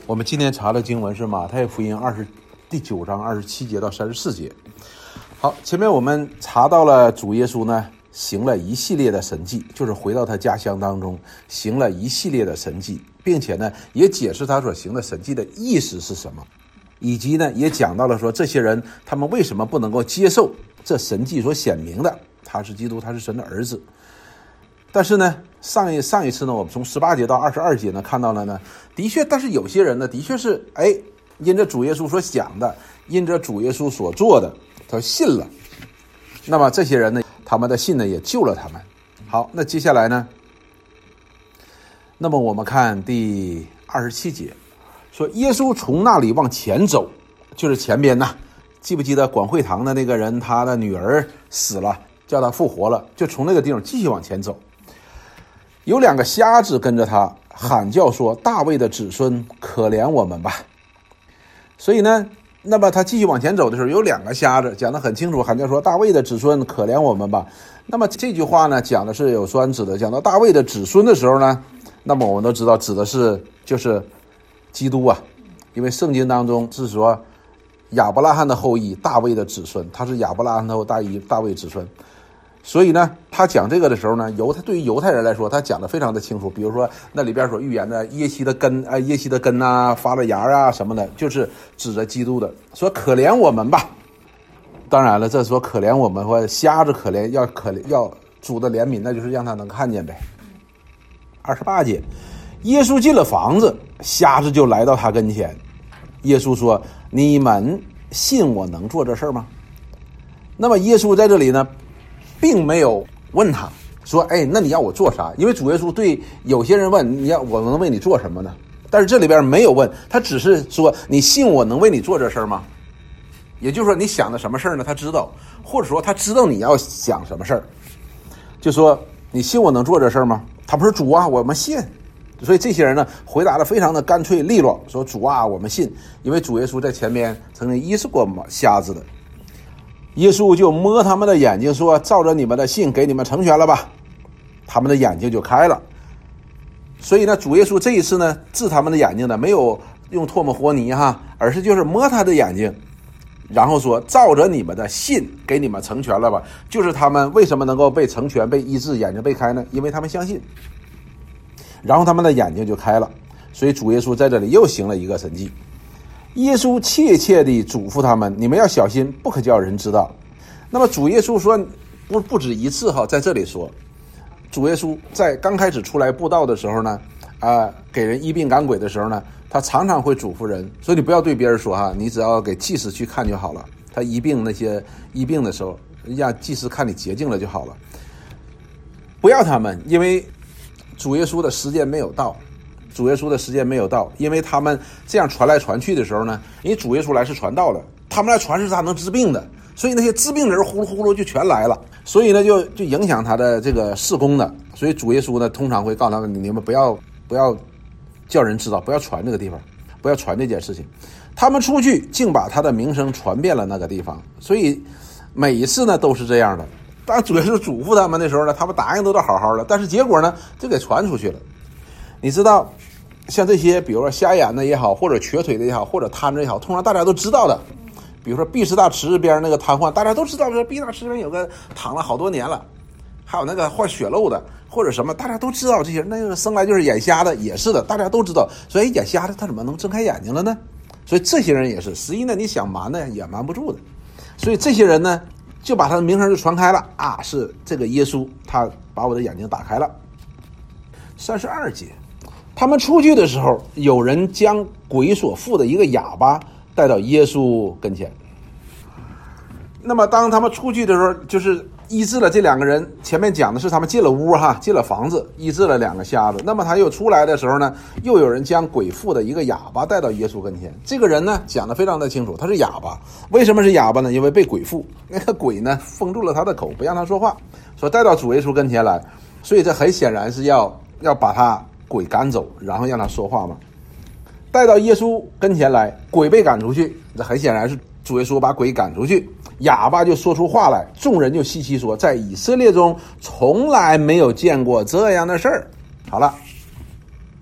我们今天查的经文是马太福音第9章27节到34节。好，前面我们查到了主耶稣呢行了一系列的神迹，就是回到他家乡当中行了一系列的神迹，并且呢也解释他所行的神迹的意思是什么，以及呢也讲到了说这些人他们为什么不能够接受这神迹所显明的他是基督，他是神的儿子。但是呢上一次呢我们从18节到22节呢看到了呢，的确但是有些人呢的确是因着主耶稣所讲的，因着主耶稣所做的，他信了。那么这些人呢，他们的信呢也救了他们。好，那接下来呢，那么我们看第27节，说耶稣从那里往前走，就是前边呢，记不记得管会堂的那个人，他的女儿死了，叫他复活了，就从那个地方继续往前走。有2个瞎子跟着他喊叫说，大卫的子孙，可怜我们吧。所以呢，那么他继续往前走的时候，有2个瞎子讲得很清楚，喊叫说，大卫的子孙，可怜我们吧。那么这句话呢讲的是有专指的，讲到大卫的子孙的时候呢，那么我们都知道指的是就是基督啊，因为圣经当中是说亚伯拉罕的后裔，大卫的子孙，他是亚伯拉罕的后裔，大卫子孙。所以呢他讲这个的时候呢，对于犹太人来说他讲得非常的清楚，比如说那里边所预言的耶西的根啊，发了芽啊什么的，就是指着基督的，说可怜我们吧。当然了，这说可怜我们或瞎子可怜，要主的怜悯，那就是让他能看见呗。28节，耶稣进了房子，瞎子就来到他跟前。耶稣说，你们信我能做这事吗？那么耶稣在这里呢并没有问他说，那你要我做啥？因为主耶稣对有些人问，我能为你做什么呢？但是这里边没有问，他只是说，你信我能为你做这事吗？也就是说你想的什么事呢他知道，或者说他知道你要想什么事儿，就说你信我能做这事吗？他不是主啊，我们信。所以这些人呢回答的非常的干脆利落，说主啊，我们信，因为主耶稣在前面曾经医治过瞎子的。耶稣就摸他们的眼睛说，照着你们的信给你们成全了吧。他们的眼睛就开了。所以呢主耶稣这一次呢治他们的眼睛呢没有用唾沫和泥而是就是摸他的眼睛，然后说照着你们的信给你们成全了吧。就是他们为什么能够被成全被医治眼睛被开呢？因为他们相信，然后他们的眼睛就开了。所以主耶稣在这里又行了一个神迹。耶稣切切地嘱咐他们，你们要小心，不可叫人知道。那么主耶稣说不止一次在这里说，主耶稣在刚开始出来布道的时候呢给人医病赶鬼的时候呢，他常常会嘱咐人，所以你不要对别人说你只要给祭司去看就好了。他医病的时候让祭司看你洁净了就好了，不要他们，因为主耶稣的时间没有到。因为他们这样传来传去的时候呢，因为主耶稣来是传道的，他们来传是他能治病的，所以那些治病的人呼噜呼噜就全来了，所以呢就影响他的这个事工的。所以主耶稣呢通常会告诉他们，你们不要叫人知道，不要传这个地方，不要传这件事情。他们出去竟把他的名声传遍了那个地方。所以每一次呢都是这样的。当然主耶稣嘱咐他们的时候呢，他们答应都好好的，但是结果呢就给传出去了。你知道像这些比如说瞎眼的也好，或者瘸腿的也好，或者瘫着也好，通常大家都知道的。比如说毕士大池边那个瘫痪，大家都知道，说毕士大池边有个躺了好多年了，还有那个患血漏的或者什么，大家都知道这些。那个生来就是眼瞎的也是的，大家都知道。所以眼瞎的他怎么能睁开眼睛了呢？所以这些人也是，实际呢你想瞒呢也瞒不住的。所以这些人呢就把他的名声就传开了是这个耶稣他把我的眼睛打开了。32节，他们出去的时候，有人将鬼所附的一个哑巴带到耶稣跟前。那么当他们出去的时候，就是医治了这2个人。前面讲的是他们进了屋进了房子，医治了2个瞎子。那么他又出来的时候呢，又有人将鬼附的一个哑巴带到耶稣跟前。这个人呢讲得非常的清楚，他是哑巴。为什么是哑巴呢？因为被鬼附，那个鬼呢封住了他的口，不让他说话，所以带到主耶稣跟前来。所以这很显然是要把他鬼赶走，然后让他说话嘛。带到耶稣跟前来，鬼被赶出去，这很显然是主耶稣把鬼赶出去，哑巴就说出话来。众人就稀奇说，在以色列中从来没有见过这样的事儿。好了，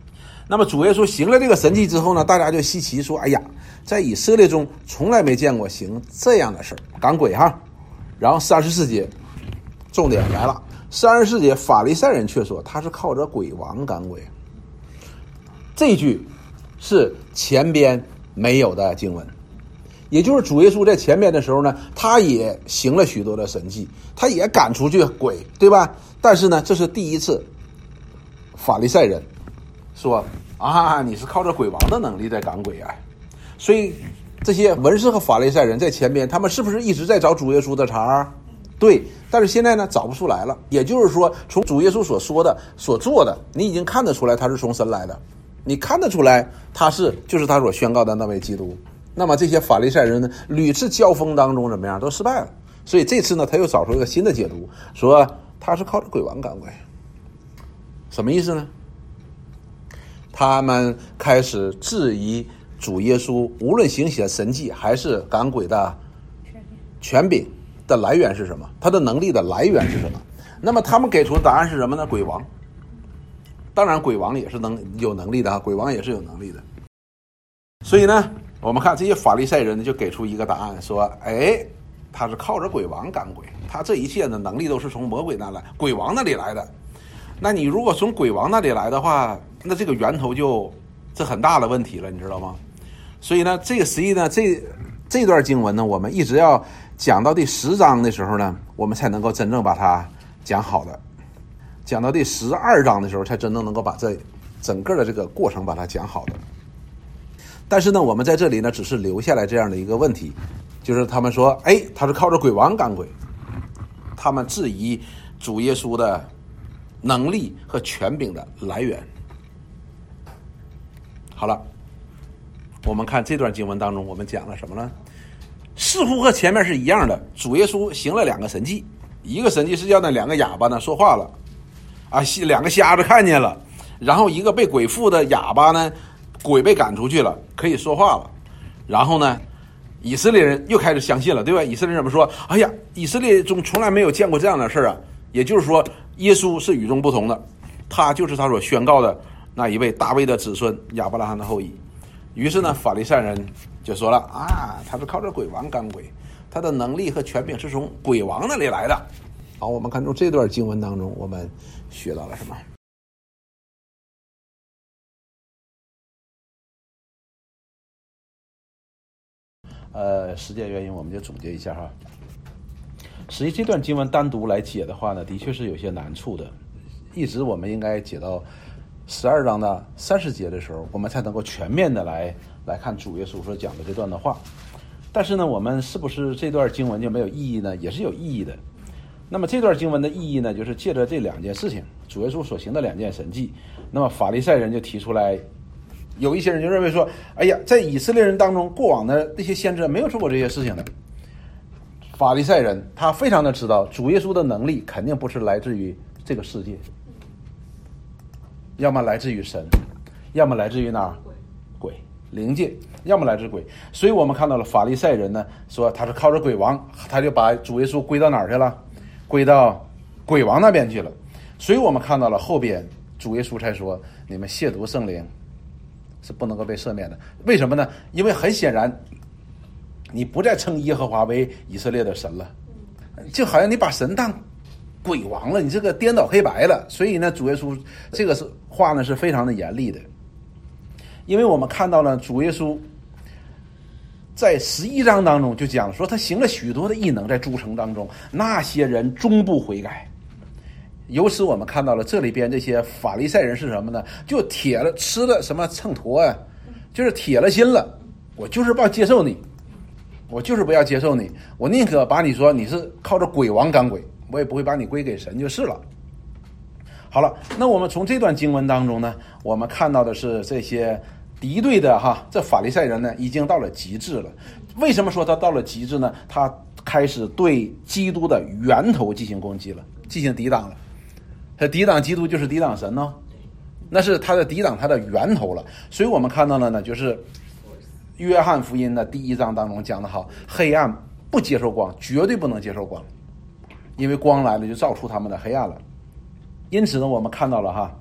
那么主耶稣行了这个神迹之后呢，大家就稀奇说，哎呀，在以色列中从来没见过行这样的事儿，赶鬼哈。然后34节重点来了，34节法利赛人却说他是靠着鬼王赶鬼。这句是前边没有的经文，也就是主耶稣在前边的时候呢，他也行了许多的神迹，他也赶出去鬼，对吧？但是呢，这是第一次法利赛人说啊，你是靠着鬼王的能力在赶鬼啊。所以这些文士和法利赛人在前边，他们是不是一直在找主耶稣的茬？对，但是现在呢找不出来了。也就是说，从主耶稣所说的所做的，你已经看得出来他是从神来的，你看得出来他就是他所宣告的那位基督。那么这些法利赛人呢，屡次交锋当中怎么样，都失败了。所以这次呢，他又找出一个新的解读，说他是靠着鬼王赶鬼。什么意思呢？他们开始质疑主耶稣无论行写神迹还是赶鬼的权柄的来源是什么，他的能力的来源是什么。那么他们给出的答案是什么呢？鬼王。当然鬼王也是有能力的啊，鬼王也是有能力的。所以呢，我们看这些法利赛人就给出一个答案，说哎，他是靠着鬼王赶鬼，他这一切的能力都是从魔鬼那来，鬼王那里来的。那你如果从鬼王那里来的话，那这个源头这很大的问题了，你知道吗？所以呢，这个实际呢，这段经文呢，我们一直要讲到第10章的时候呢，我们才能够真正把它讲好的。讲到第12章的时候，才真正能够把这整个的这个过程把它讲好的。但是呢，我们在这里呢，只是留下来这样的一个问题，就是他们说，哎，他是靠着鬼王赶鬼，他们质疑主耶稣的能力和权柄的来源。好了，我们看这段经文当中，我们讲了什么呢？似乎和前面是一样的，主耶稣行了2个神迹，一个神迹是叫那2个哑巴呢说话了，啊，2个瞎子看见了，然后一个被鬼附的哑巴呢，鬼被赶出去了，可以说话了。然后呢，以色列人又开始相信了，对吧？以色列人怎么说？哎呀，以色列中从来没有见过这样的事啊！也就是说，耶稣是与众不同的，他就是他所宣告的那一位大卫的子孙，亚伯拉罕的后裔。于是呢，法利赛人就说了啊，他是靠着鬼王赶鬼，他的能力和权柄是从鬼王那里来的。好，我们看从这段经文当中，我们学到了什么？时间原因，我们就总结一下哈。实际这段经文单独来解的话呢，的确是有些难处的。一直我们应该解到12章的30节的时候，我们才能够全面的来看主耶稣所讲的这段的话。但是呢，我们是不是这段经文就没有意义呢？也是有意义的。那么这段经文的意义呢，就是借着这2件事情，主耶稣所行的2件神迹，那么法利赛人就提出来，有一些人就认为说，哎呀，在以色列人当中，过往的那些先知没有做过这些事情的。法利赛人他非常的知道，主耶稣的能力肯定不是来自于这个世界，要么来自于神，要么来自于哪儿？鬼，灵界，要么来自鬼。所以我们看到了法利赛人呢，说他是靠着鬼王，他就把主耶稣归到哪儿去了？归到鬼王那边去了。所以我们看到了后边主耶稣才说，你们亵渎圣灵是不能够被赦免的。为什么呢？因为很显然你不再称耶和华为以色列的神了，就好像你把神当鬼王了，你这个颠倒黑白了。所以呢，主耶稣这个话呢是非常的严厉的。因为我们看到了主耶稣在11章当中就讲了，说他行了许多的异能在诸城当中，那些人终不悔改。由此我们看到了这里边这些法利赛人是什么呢？就吃了什么秤砣啊，就是铁了心了，我就是不要接受你，我就是不要接受你，我宁可把你说你是靠着鬼王赶鬼，我也不会把你归给神就是了。好了，那我们从这段经文当中呢，我们看到的是这些敌对的这法利赛人呢，已经到了极致了。为什么说他到了极致呢？他开始对基督的源头进行攻击了，进行抵挡了。他抵挡基督就是抵挡神哦，那是他的抵挡他的源头了。所以我们看到了呢，就是约翰福音的第1章当中讲的好，黑暗不接受光，绝对不能接受光，因为光来了就照出他们的黑暗了。因此呢，我们看到了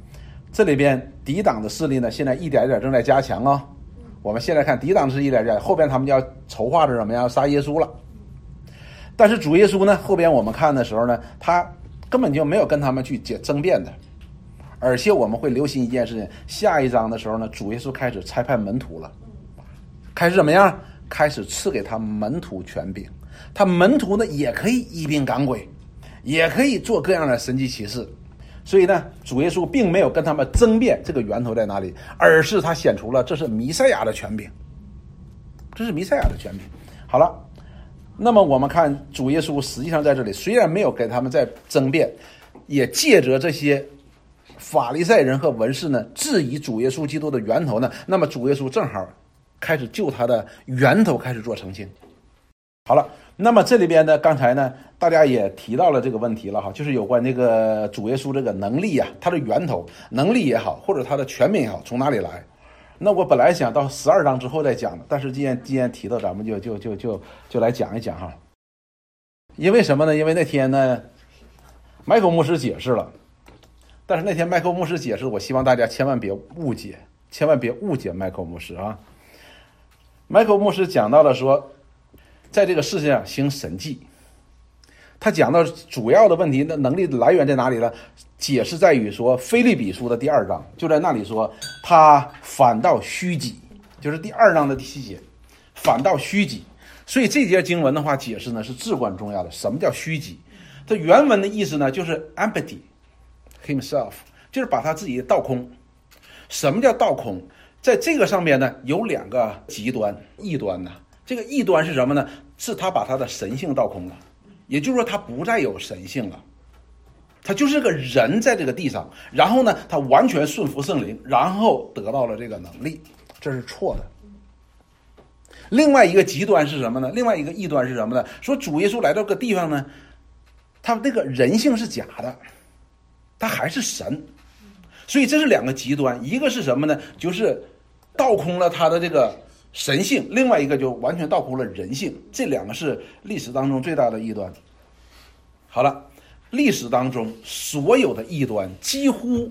这里边抵挡的势力呢，现在一点一点正在加强哦。我们现在看抵挡是一点点，后边他们就要筹划着什么呀？要杀耶稣了。但是主耶稣呢，后边我们看的时候呢，他根本就没有跟他们去争辩的。而且我们会留心一件事情，下一章的时候呢，主耶稣开始差派门徒了，开始怎么样？开始赐给他门徒权柄，他门徒呢也可以医病赶鬼，也可以做各样的神迹奇事。所以呢，主耶稣并没有跟他们争辩这个源头在哪里，而是他显出了这是弥赛亚的权柄，这是弥赛亚的权柄。好了，那么我们看主耶稣实际上在这里虽然没有给他们在争辩，也借着这些法利赛人和文士呢质疑主耶稣基督的源头呢，那么主耶稣正好开始就他的源头开始做澄清。好了，那么这里边呢，刚才呢大家也提到了这个问题了哈，就是有关这个主耶稣这个能力啊，他的源头能力也好，或者他的权柄也好，从哪里来？那我本来想到12章之后再讲的，但是既然提到，咱们就来讲一讲哈。因为什么呢？因为那天呢，麦克牧师解释了，但是那天麦克牧师解释，我希望大家千万别误解，千万别误解麦克牧师啊。麦克牧师讲到了说，在这个世界上行神迹，他讲到主要的问题，那能力的来源在哪里呢？解释在于说腓立比书的第2章，就在那里说他反倒虚己，就是第2章的第7节，反倒虚己。所以这节经文的话解释呢是至关重要的。什么叫虚己？这原文的意思呢就是 empty himself， 就是把他自己倒空。什么叫倒空？在这个上面呢有2个极端，异端呢。这个异端是什么呢？是他把他的神性倒空了，也就是说他不再有神性了，他就是个人在这个地上，然后呢他完全顺服圣灵，然后得到了这个能力，这是错的。另外一个极端是什么呢？另外一个异端是什么呢？说主耶稣来到这个地方呢，他这个人性是假的，他还是神。所以这是2个极端，一个是什么呢？就是倒空了他的这个神性，另外一个就完全倒空了人性。这2个是历史当中最大的异端。好了，历史当中所有的异端几乎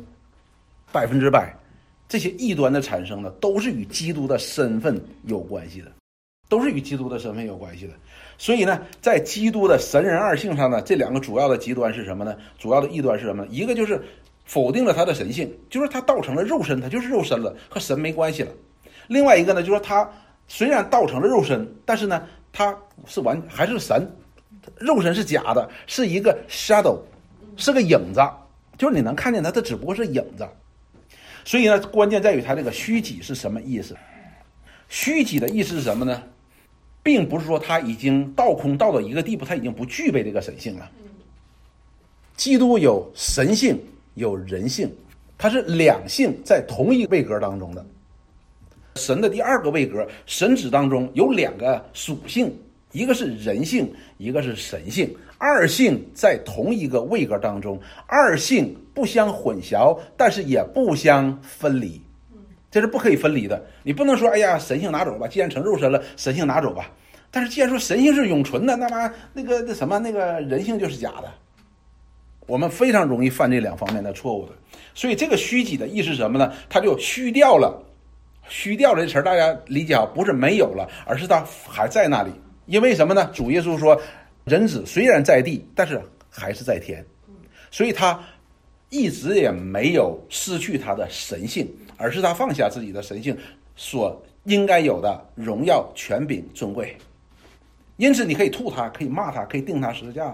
100%，这些异端的产生呢，都是与基督的身份有关系的，都是与基督的身份有关系的。所以呢，在基督的神人二性上呢，这2个主要的极端是什么呢？主要的异端是什么呢？一个就是否定了他的神性，就是他道成了肉身，他就是肉身了，和神没关系了。另外一个呢，就是说他虽然道成了肉身，但是呢，他是还是神，肉身是假的，是一个 shadow， 是个影子，就是你能看见他，它只不过是影子。所以呢，关键在于他这个虚己是什么意思？虚己的意思是什么呢？并不是说他已经倒空到了一个地步，他已经不具备这个神性了。基督有神性，有人性，它是2性在同一位格当中的。神的第2个位格，神旨当中有2个属性，一个是人性，一个是神性，2性在同一个位格当中，2性不相混淆，但是也不相分离，这是不可以分离的。你不能说哎呀神性拿走吧，既然成肉身了，神性拿走吧。但是既然说神性是永存的，那么那个人性就是假的。我们非常容易犯这2方面的错误的。所以这个虚己的意思是什么呢？它就虚掉了。虚掉这词大家理解好，不是没有了，而是它还在那里。因为什么呢？主耶稣说人子虽然在地，但是还是在天，所以他一直也没有失去他的神性，而是他放下自己的神性所应该有的荣耀、权柄、尊贵。因此你可以吐他，可以骂他，可以钉他十字架，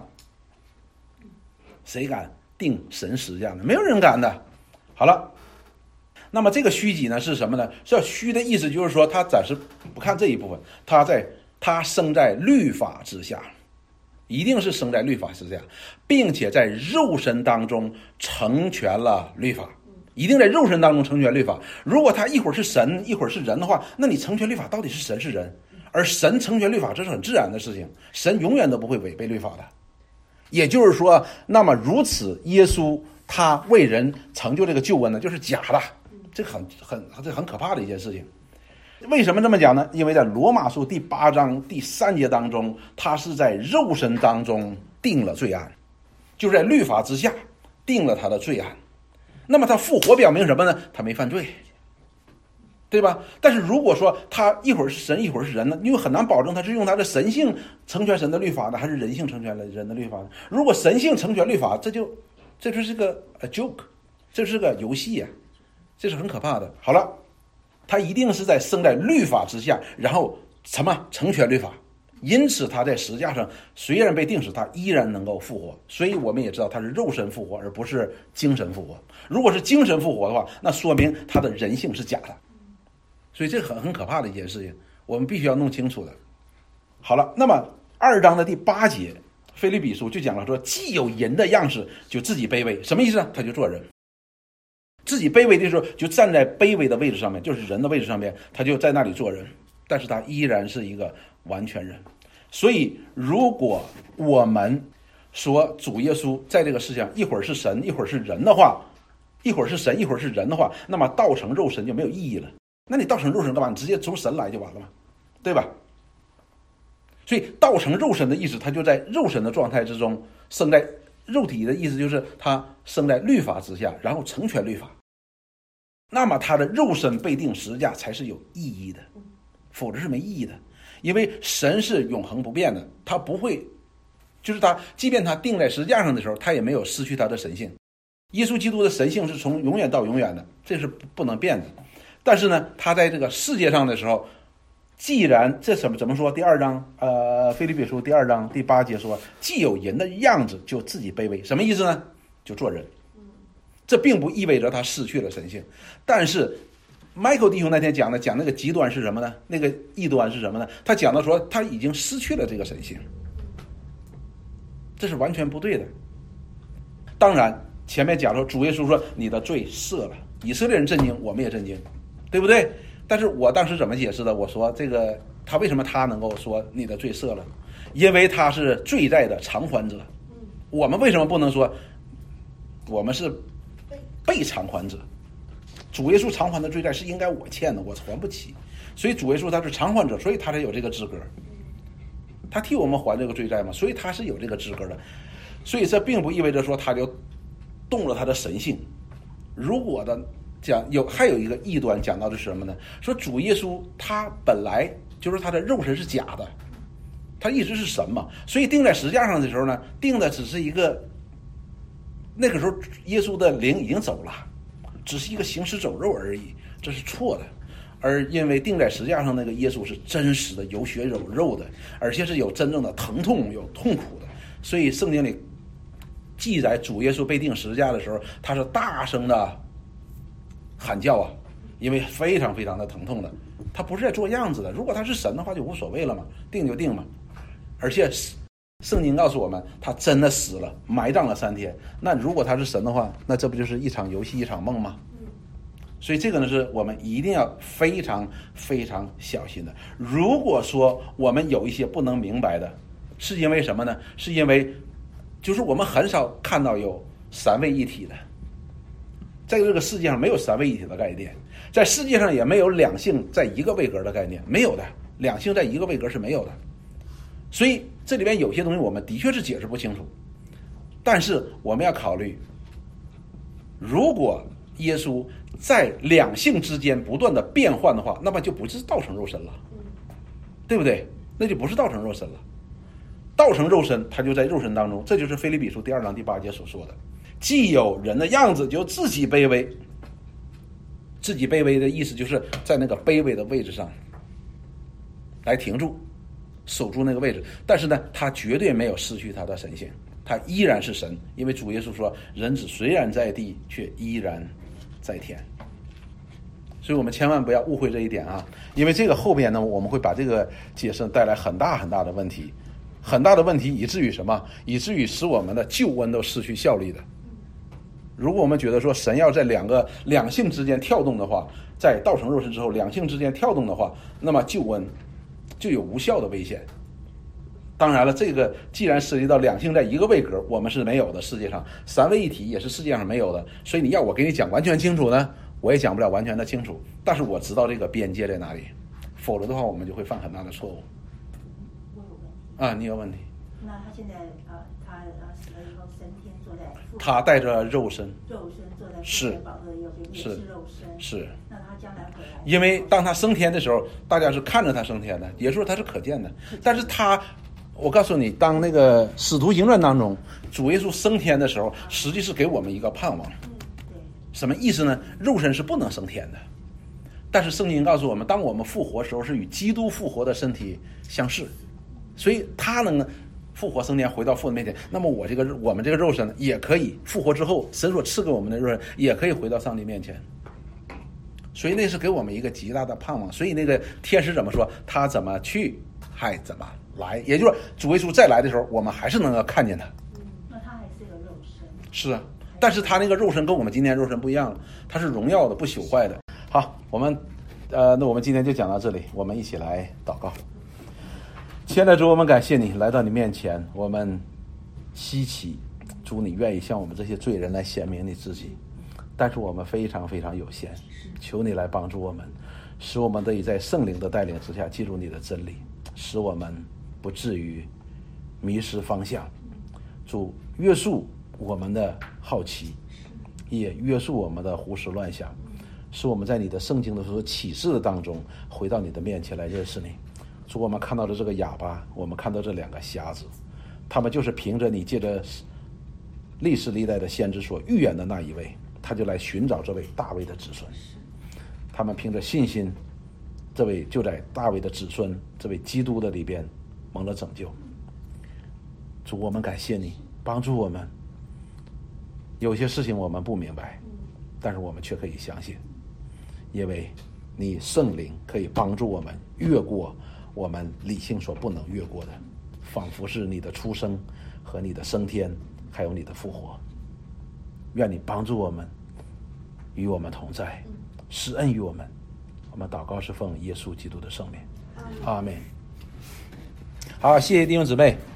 谁敢钉神十字架呢？没有人敢的。好了，那么这个虚己呢是什么呢？是要虚的意思，就是说他暂时不看这一部分，他生在律法之下，一定是生在律法之下，并且在肉身当中成全了律法，一定在肉身当中成全律法。如果他一会儿是神一会儿是人的话，那你成全律法到底是神是人？而神成全律法这是很自然的事情，神永远都不会违背律法的。也就是说，那么如此耶稣他为人成就这个救恩呢，就是假的，这很可怕的一件事情。为什么这么讲呢？因为在罗马书第8章第3节当中，他是在肉身当中定了罪案，就是在律法之下定了他的罪案。 那么他复活表明什么呢？他没犯罪，对吧？但是如果说他一会儿是神一会儿是人呢，因为很难保证他是用他的神性成全神的律法呢，还是人性成全了人的律法呢？如果神性成全律法，这就是个 joke， 这是个游戏啊，这是很可怕的。好了，他一定是生在律法之下，然后什么成全律法，因此他在十字架上虽然被钉死，他依然能够复活。所以我们也知道他是肉身复活，而不是精神复活。如果是精神复活的话，那说明他的人性是假的。所以这很可怕的一件事情，我们必须要弄清楚的。好了，那么2章的第8节，腓立比书就讲了说，既有人的样式，就自己卑微。什么意思呢？他就做人。自己卑微的时候，就站在卑微的位置上面，就是人的位置上面，他就在那里做人，但是他依然是一个完全人。所以如果我们说主耶稣在这个世界上一会儿是神一会儿是人的话，一会儿是神一会儿是人的话，那么道成肉身就没有意义了。那你道成肉身干嘛？你直接从神来就完了嘛，对吧？所以道成肉身的意思，他就在肉身的状态之中生在肉体的意思，就是他生在律法之下，然后成全律法。那么他的肉身被钉十字架才是有意义的，否则是没意义的。因为神是永恒不变的，他不会，就是他即便他钉在十字架上的时候，他也没有失去他的神性。耶稣基督的神性是从永远到永远的，这是不能变的。但是呢，他在这个世界上的时候，既然这怎么说？第2章腓立比书第2章第8节说，既有人的样子，就自己卑微。什么意思呢？就做人。这并不意味着他失去了神性，但是 Michael 弟兄那天讲那个极端是什么呢？那个异端是什么呢？他讲到说他已经失去了这个神性，这是完全不对的。当然前面讲说主耶稣说你的罪赦了，以色列人震惊，我们也震惊，对不对？但是我当时怎么解释的？我说这个他为什么他能够说你的罪赦了？因为他是罪债的偿还者。我们为什么不能说我们是被偿还者？主耶稣偿还的罪债是应该我欠的，我还不起，所以主耶稣他是偿还者，所以他才有这个资格。他替我们还这个罪债嘛，所以他是有这个资格的。所以这并不意味着说他就动了他的神性。如果的还有一个异端讲到的是什么呢？说主耶稣他本来就是他的肉身是假的，他一直是神嘛，所以钉在十字架上的时候呢，钉的只是一个，那个时候耶稣的灵已经走了，只是一个行尸走肉而已，这是错的。而因为钉在十字架上那个耶稣是真实的，有血有肉的，而且是有真正的疼痛有痛苦的，所以圣经里记载主耶稣被钉十字架的时候，他是大声的喊叫啊，因为非常非常的疼痛的。他不是在做样子的，如果他是神的话就无所谓了嘛，定就定嘛。而且圣经告诉我们他真的死了，埋葬了3天，那如果他是神的话，那这不就是一场游戏一场梦吗？所以这个呢是我们一定要非常非常小心的。如果说我们有一些不能明白的，是因为什么呢？是因为就是我们很少看到有三位一体的，在这个世界上没有三位一体的概念，在世界上也没有两性在一个位格的概念，没有的，两性在一个位格是没有的。所以这里边有些东西我们的确是解释不清楚，但是我们要考虑，如果耶稣在两性之间不断的变换的话，那么就不是道成肉身了，对不对？那就不是道成肉身了。道成肉身，他就在肉身当中，这就是腓立比书第2章第8节所说的，既有人的样子，就自己卑微。自己卑微的意思就是在那个卑微的位置上来停住，守住那个位置。但是呢，他绝对没有失去他的神性，他依然是神，因为主耶稣说，人子虽然在地，却依然在天。所以我们千万不要误会这一点啊，因为这个后边呢，我们会把这个解释带来很大很大的问题，很大的问题，以至于什么？以至于使我们的救恩都失去效力的。如果我们觉得说神要在两性之间跳动的话，在道成肉身之后两性之间跳动的话，那么救恩就有无效的危险。当然了，这个既然涉及到两性在一个位格，我们是没有的，世界上三位一体也是世界上没有的，所以你要我给你讲完全清楚呢，我也讲不了完全的清楚，但是我知道这个边界在哪里，否则的话我们就会犯很大的错误。啊，你有问题？ 那他现在他他死了以后升天，坐在他带着肉身坐在是宝座右边，也是肉身。 是。 那他将来回来， 因为当他升天的时候，大家是看着他升天的，也就是说他是可见的。但是我告诉你，当那个使徒行传当中，主耶稣升天的时候，实际是给我们一个盼望。什么意思呢？肉身是不能升天的，但是圣经告诉我们，当我们复活的时候，是与基督复活的身体相似，所以他能复活升天回到父的面前，那么我们这个肉身也可以复活之后，神所赐给我们的肉身也可以回到上帝面前。所以那是给我们一个极大的盼望。所以那个天使怎么说，他怎么去还怎么来，也就是说主耶稣再来的时候，我们还是能够看见他。 那他还是个肉身。 是啊，但是他那个肉身跟我们今天肉身不一样了，他是荣耀的，不朽坏的。好，那我们今天就讲到这里，我们一起来祷告。亲爱的主，我们感谢你来到你面前，我们稀奇主，你愿意向我们这些罪人来显明你自己，但是我们非常非常有限，求你来帮助我们，使我们得以在圣灵的带领之下记住你的真理，使我们不至于迷失方向。主，约束我们的好奇，也约束我们的胡思乱想，使我们在你的圣经的所启示的当中回到你的面前来认识你。主，我们看到了这个哑巴，我们看到这两个瞎子，他们就是凭着你借着历史历代的先知所预言的那一位，他就来寻找这位大卫的子孙。他们凭着信心，这位就在大卫的子孙，这位基督的里边蒙了拯救。主，我们感谢你帮助我们，有些事情我们不明白，但是我们却可以相信，因为你圣灵可以帮助我们越过我们理性所不能越过的，仿佛是你的出生和你的升天，还有你的复活。愿你帮助我们，与我们同在，施恩于我们。我们祷告是奉耶稣基督的圣名，阿们。好，谢谢弟兄姊妹。